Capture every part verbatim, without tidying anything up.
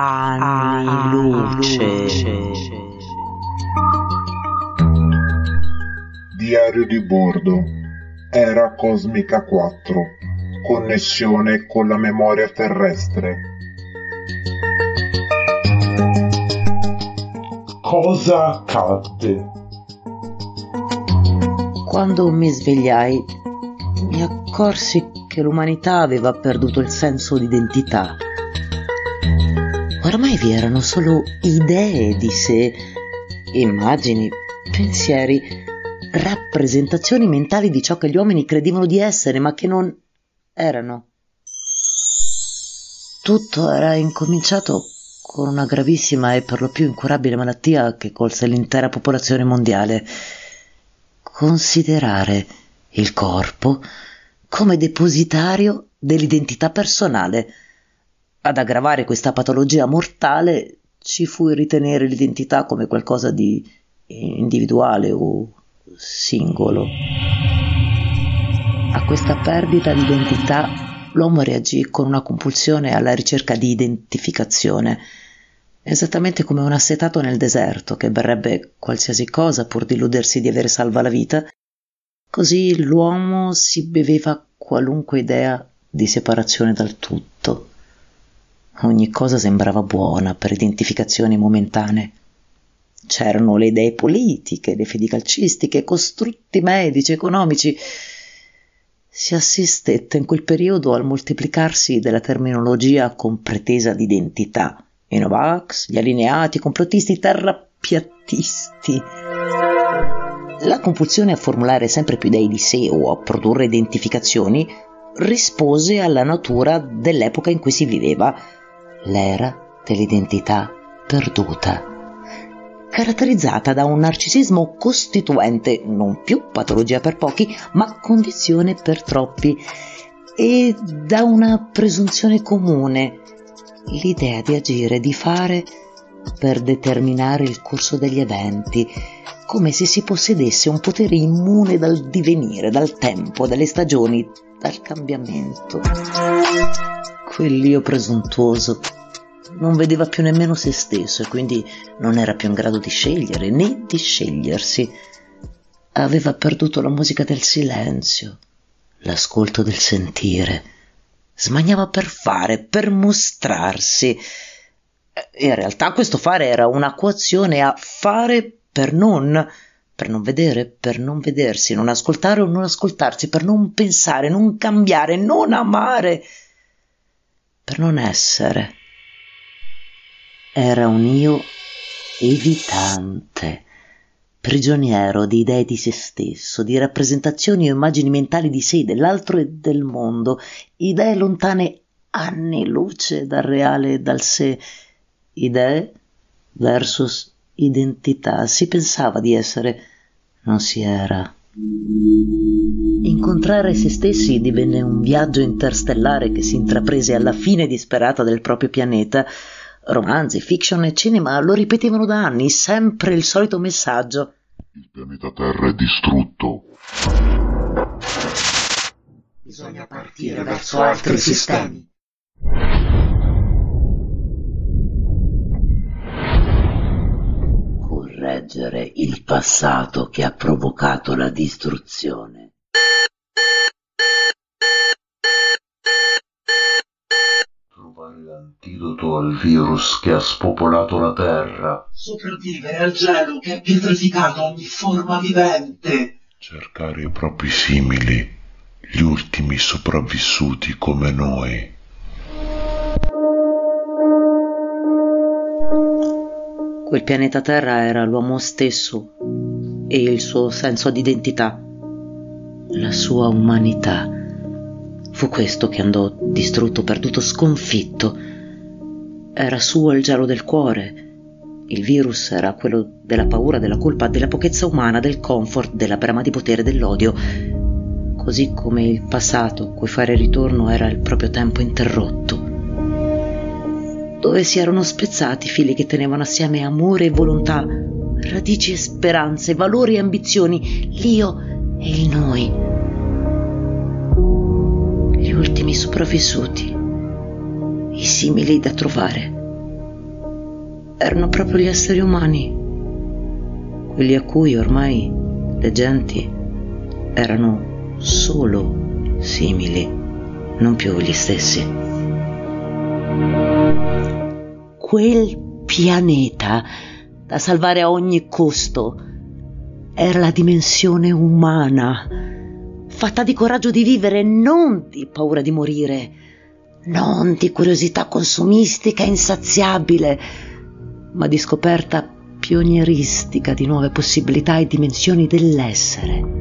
Anni luce. Diario di bordo. Era cosmica quattro. Connessione con la memoria terrestre. Cosa accadde? Quando mi svegliai, mi accorsi che l'umanità aveva perduto il senso d'identità. Oramai vi erano solo idee di sé, immagini, pensieri, rappresentazioni mentali di ciò che gli uomini credevano di essere, ma che non erano. Tutto era incominciato con una gravissima e per lo più incurabile malattia che colse l'intera popolazione mondiale. Considerare il corpo come depositario dell'identità personale. Ad aggravare questa patologia mortale ci fu il ritenere l'identità come qualcosa di individuale o singolo. A questa perdita di identità l'uomo reagì con una compulsione alla ricerca di identificazione, esattamente come un assetato nel deserto che berrebbe qualsiasi cosa pur di illudersi di avere salva la vita. Così l'uomo si beveva qualunque idea di separazione dal tutto. Ogni cosa sembrava buona per identificazioni momentanee. C'erano le idee politiche, le fedi calcistiche, costrutti medici, economici. Si assistette in quel periodo al moltiplicarsi della terminologia con pretesa di identità. I Novax, gli allineati, i complottisti, i terrapiattisti. La compulsione a formulare sempre più idee di sé o a produrre identificazioni rispose alla natura dell'epoca in cui si viveva, l'era dell'identità perduta, caratterizzata da un narcisismo costituente, non più patologia per pochi, ma condizione per troppi, e da una presunzione comune, l'idea di agire, di fare per determinare il corso degli eventi, come se si possedesse un potere immune dal divenire, dal tempo, dalle stagioni, dal cambiamento. Quell'io presuntuoso non vedeva più nemmeno se stesso e quindi non era più in grado di scegliere né di scegliersi. Aveva perduto la musica del silenzio, l'ascolto del sentire. Smaniava per fare, per mostrarsi. In realtà questo fare era una coazione a fare per non, per non vedere, per non vedersi, non ascoltare o non ascoltarsi, per non pensare, non cambiare, non amare, per non essere. Era un io evitante, prigioniero di idee di se stesso, di rappresentazioni o immagini mentali di sé, dell'altro e del mondo, idee lontane anni luce dal reale e dal sé, idee versus identità. Si pensava di essere, non si era. Incontrare se stessi divenne un viaggio interstellare che si intraprese alla fine disperata del proprio pianeta. Romanzi, fiction e cinema lo ripetevano da anni, sempre il solito messaggio: il pianeta Terra è distrutto. Bisogna partire verso altri sistemi. Correggere il passato che ha provocato la distruzione. Trovare l'antidoto al virus che ha spopolato la Terra. Sopravvivere al gelo che ha pietrificato ogni forma vivente. Cercare i propri simili, gli ultimi sopravvissuti come noi. Quel pianeta Terra era l'uomo stesso e il suo senso di identità, la sua umanità. Fu questo che andò distrutto, perduto, sconfitto. Era suo il gelo del cuore. Il virus era quello della paura, della colpa, della pochezza umana, del comfort, della brama di potere, dell'odio. Così come il passato, cui fare ritorno era il proprio tempo interrotto, dove si erano spezzati i fili che tenevano assieme amore e volontà, radici e speranze, valori e ambizioni, l'io e il noi. Gli ultimi sopravvissuti, i simili da trovare, erano proprio gli esseri umani, quelli a cui ormai le genti erano solo simili, non più gli stessi. Quel pianeta da salvare a ogni costo era la dimensione umana, fatta di coraggio di vivere, non di paura di morire, non di curiosità consumistica insaziabile, ma di scoperta pionieristica di nuove possibilità e dimensioni dell'essere.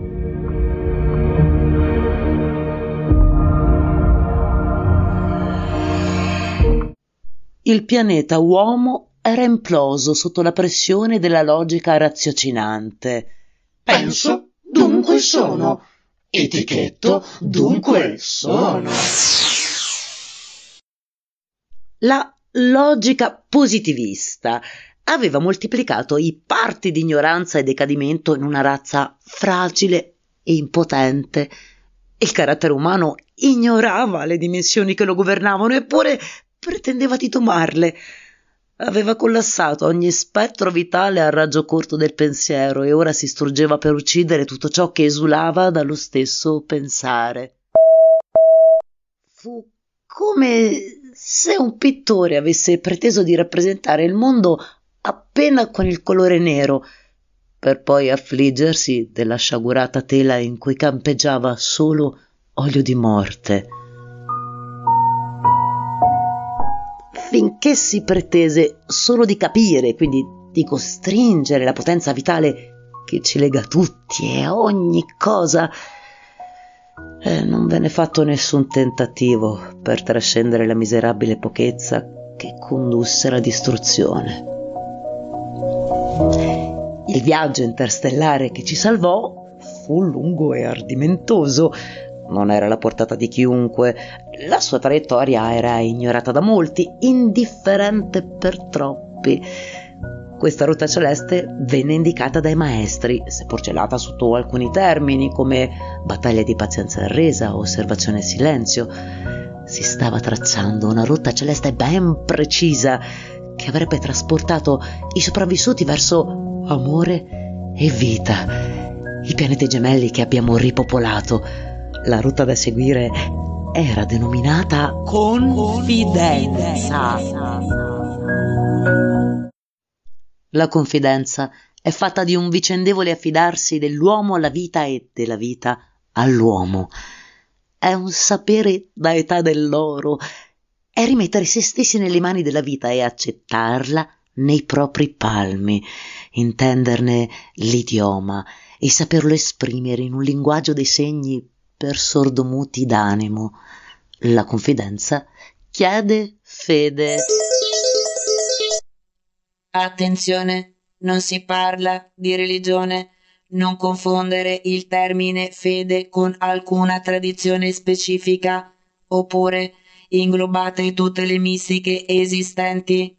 Il pianeta uomo era imploso sotto la pressione della logica raziocinante. Penso, dunque sono. Etichetto, dunque sono. La logica positivista aveva moltiplicato i parti di ignoranza e decadimento in una razza fragile e impotente. Il carattere umano ignorava le dimensioni che lo governavano, eppure pretendeva di domarle. Aveva collassato ogni spettro vitale al raggio corto del pensiero e ora si struggeva per uccidere tutto ciò che esulava dallo stesso pensare. Fu come se un pittore avesse preteso di rappresentare il mondo appena con il colore nero, per poi affliggersi della sciagurata tela in cui campeggiava solo olio di morte. Finché si pretese solo di capire, quindi di costringere la potenza vitale che ci lega tutti e a ogni cosa, eh, non venne fatto nessun tentativo per trascendere la miserabile pochezza che condusse alla distruzione. Il viaggio interstellare che ci salvò fu lungo e ardimentoso. Non era alla portata di chiunque, la sua traiettoria era ignorata da molti, indifferente per troppi. Questa rotta celeste venne indicata dai maestri, seppur celata sotto alcuni termini come battaglia di pazienza e resa, osservazione e silenzio. Si stava tracciando una rotta celeste ben precisa che avrebbe trasportato i sopravvissuti verso amore e vita, i pianeti gemelli che abbiamo ripopolato. La rotta da seguire era denominata confidenza. La confidenza è fatta di un vicendevole affidarsi dell'uomo alla vita e della vita all'uomo. È un sapere da età dell'oro, è rimettere se stessi nelle mani della vita e accettarla nei propri palmi, intenderne l'idioma e saperlo esprimere in un linguaggio dei segni per sordomuti d'animo. La confidenza chiede fede. Attenzione, non si parla di religione. Non confondere il termine fede con alcuna tradizione specifica, oppure inglobate tutte le mistiche esistenti.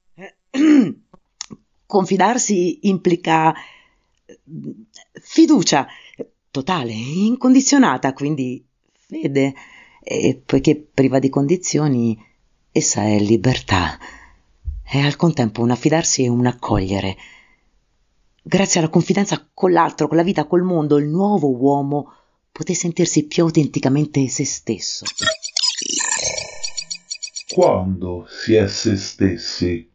Confidarsi implica fiducia totale, incondizionata, quindi fede, e poiché priva di condizioni, essa è libertà. È al contempo un affidarsi e un accogliere. Grazie alla confidenza con l'altro, con la vita, col mondo, il nuovo uomo poté sentirsi più autenticamente se stesso. Quando si è se stessi?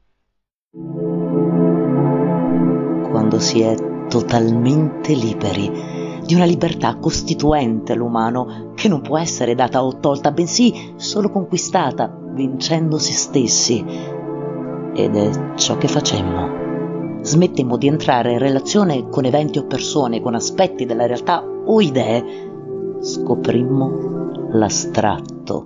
Quando si è totalmente liberi, di una libertà costituente l'umano, che non può essere data o tolta, bensì solo conquistata, vincendo se stessi. Ed è ciò che facemmo. Smettemmo di entrare in relazione con eventi o persone, con aspetti della realtà o idee. Scoprimmo l'astratto.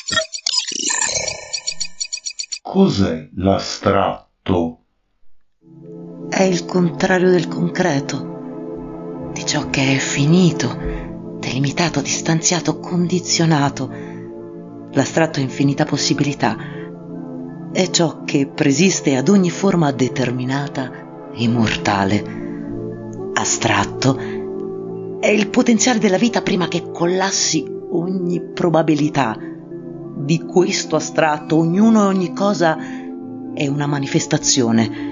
Cos'è l'astratto? È il contrario del concreto, di ciò che è finito, delimitato, distanziato, condizionato. L'astratto è infinita possibilità. È ciò che presiste ad ogni forma determinata e mortale. Astratto è il potenziale della vita prima che collassi ogni probabilità. Di questo astratto ognuno e ogni cosa è una manifestazione.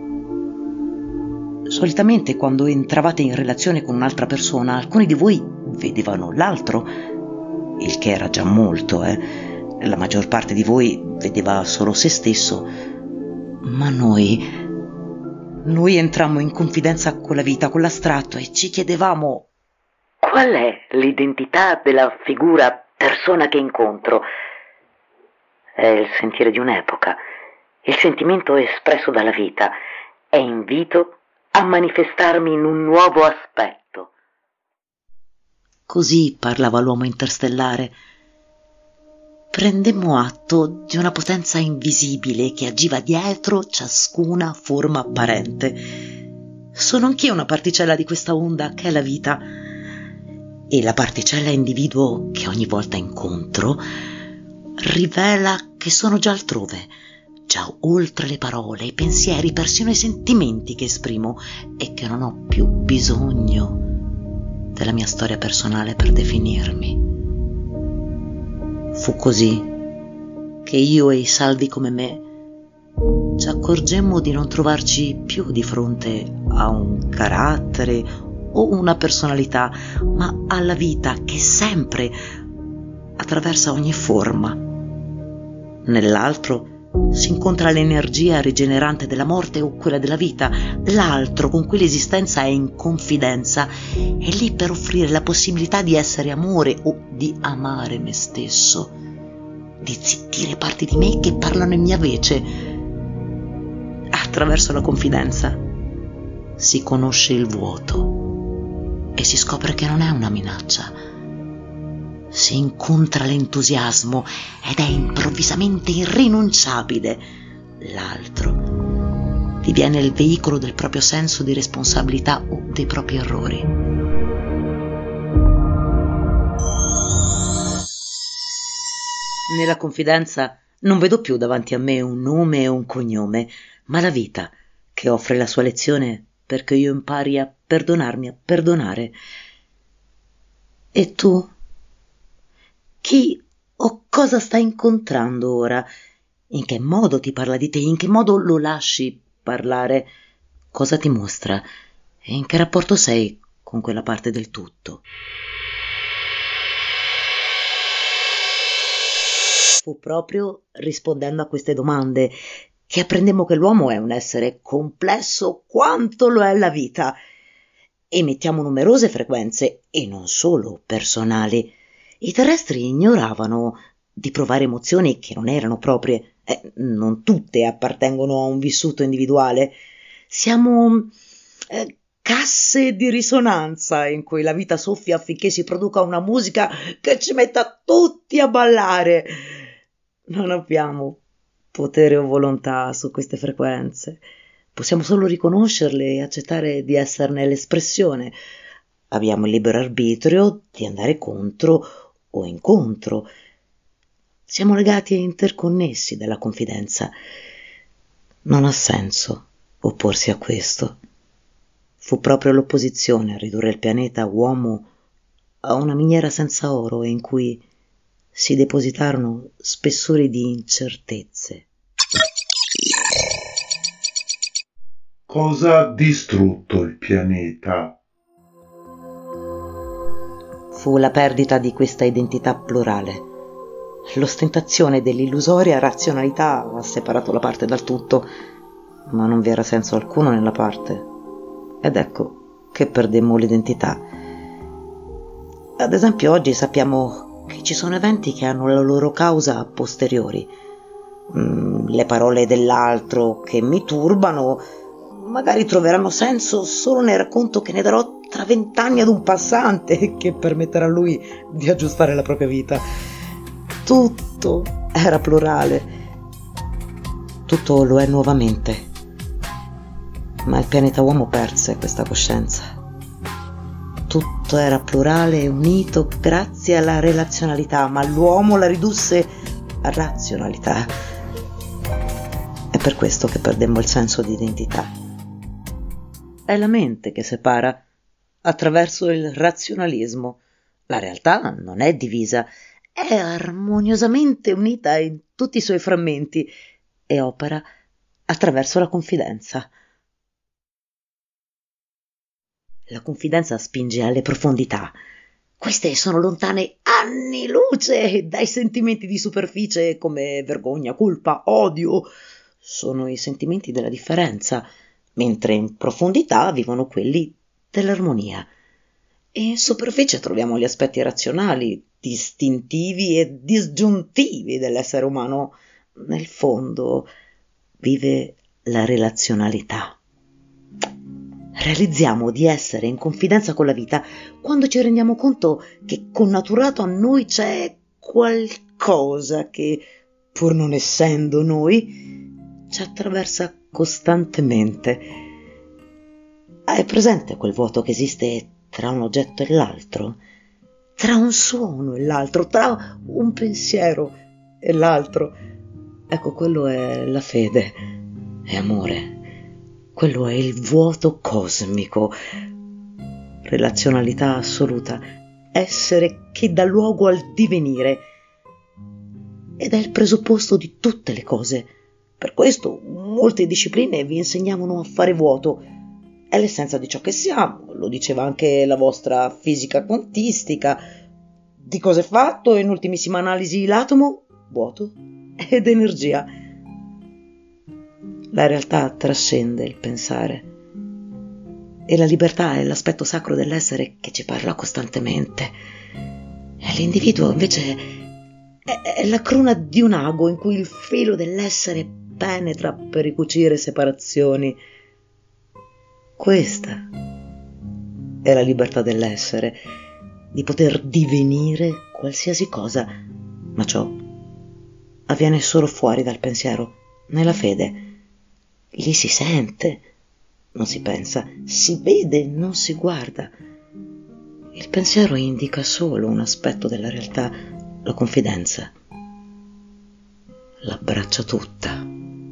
Solitamente quando entravate in relazione con un'altra persona, alcuni di voi vedevano l'altro, il che era già molto, eh. La maggior parte di voi vedeva solo se stesso, ma noi, noi entrammo in confidenza con la vita, con l'astratto, e ci chiedevamo: qual è l'identità della figura persona che incontro? È il sentiero di un'epoca, il sentimento espresso dalla vita, è invito a manifestarmi in un nuovo aspetto. Così parlava l'uomo interstellare. Prendemmo atto di una potenza invisibile che agiva dietro ciascuna forma apparente. Sono anch'io una particella di questa onda che è la vita, e la particella individuo che ogni volta incontro rivela che sono già altrove, già oltre le parole, i pensieri, persino i sentimenti che esprimo, e che non ho più bisogno della mia storia personale per definirmi. Fu così che io e i salvi come me ci accorgemmo di non trovarci più di fronte a un carattere o una personalità, ma alla vita che sempre attraversa ogni forma. Nell'altro si incontra l'energia rigenerante della morte o quella della vita, l'altro con cui l'esistenza è in confidenza è lì per offrire la possibilità di essere amore o di amare me stesso, di zittire parti di me che parlano in mia vece. Attraverso la confidenza si conosce il vuoto e si scopre che non è una minaccia. Si incontra l'entusiasmo ed è improvvisamente irrinunciabile. L'altro diviene il veicolo del proprio senso di responsabilità o dei propri errori. Nella confidenza non vedo più davanti a me un nome e un cognome, ma la vita che offre la sua lezione perché io impari a perdonarmi, a perdonare. E tu? Chi o cosa stai incontrando ora? In che modo ti parla di te? In che modo lo lasci parlare? Cosa ti mostra? E in che rapporto sei con quella parte del tutto? Fu proprio rispondendo a queste domande che apprendemmo che l'uomo è un essere complesso quanto lo è la vita. Emettiamo numerose frequenze e non solo personali. I terrestri ignoravano di provare emozioni che non erano proprie. Eh, non tutte appartengono a un vissuto individuale. Siamo eh, casse di risonanza in cui la vita soffia affinché si produca una musica che ci metta tutti a ballare. Non abbiamo potere o volontà su queste frequenze. Possiamo solo riconoscerle e accettare di esserne l'espressione. Abbiamo il libero arbitrio di andare contro o incontro. Siamo legati e interconnessi dalla confidenza. Non ha senso opporsi a questo. Fu proprio l'opposizione a ridurre il pianeta uomo a una miniera senza oro in cui si depositarono spessori di incertezze. Cosa ha distrutto il pianeta? Fu la perdita di questa identità plurale. L'ostentazione dell'illusoria razionalità ha separato la parte dal tutto, ma non vi era senso alcuno nella parte. Ed ecco che perdemmo l'identità. Ad esempio, oggi sappiamo che ci sono eventi che hanno la loro causa a posteriori. Mm, le parole dell'altro che mi turbano magari troveranno senso solo nel racconto che ne darò tra vent'anni ad un passante che permetterà a lui di aggiustare la propria vita. Tutto era plurale. Tutto lo è nuovamente. Ma il pianeta uomo perse questa coscienza. Tutto era plurale e unito grazie alla relazionalità, ma l'uomo la ridusse a razionalità. È per questo che perdemmo il senso di identità. È la mente che separa attraverso il razionalismo. La realtà non è divisa, è armoniosamente unita in tutti i suoi frammenti e opera attraverso la confidenza. La confidenza spinge alle profondità. Queste sono lontane anni luce dai sentimenti di superficie come vergogna, colpa, odio. Sono i sentimenti della differenza, mentre in profondità vivono quelli dell'armonia. E in superficie troviamo gli aspetti razionali, distintivi e disgiuntivi dell'essere umano. Nel fondo vive la relazionalità. Realizziamo di essere in confidenza con la vita quando ci rendiamo conto che connaturato a noi c'è qualcosa che, pur non essendo noi, ci attraversa costantemente. Hai presente quel vuoto che esiste tra un oggetto e l'altro? Tra un suono e l'altro, tra un pensiero e l'altro? Ecco, quello è la fede, è amore. Quello è il vuoto cosmico, relazionalità assoluta, essere che dà luogo al divenire ed è il presupposto di tutte le cose. Per questo molte discipline vi insegnavano a fare vuoto. È l'essenza di ciò che siamo, lo diceva anche la vostra fisica quantistica. Di cosa è fatto in ultimissima analisi l'atomo? Vuoto ed energia. La realtà trascende il pensare e la libertà è l'aspetto sacro dell'essere che ci parla costantemente. E l'individuo invece è, è la cruna di un ago in cui il filo dell'essere penetra per ricucire separazioni. Questa è la libertà dell'essere, di poter divenire qualsiasi cosa, ma ciò avviene solo fuori dal pensiero, nella fede. Lì si sente, non si pensa, si vede, non si guarda. Il pensiero indica solo un aspetto della realtà, la confidenza l'abbraccia tutta.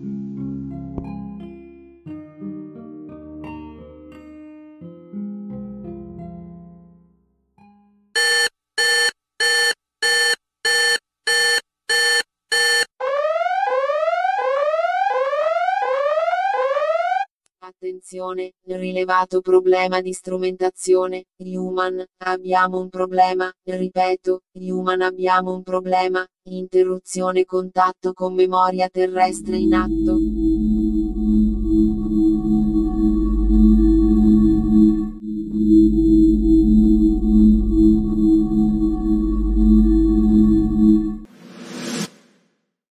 Attenzione, rilevato problema di strumentazione, Human, abbiamo un problema, ripeto, Human abbiamo un problema, interruzione contatto con memoria terrestre in atto.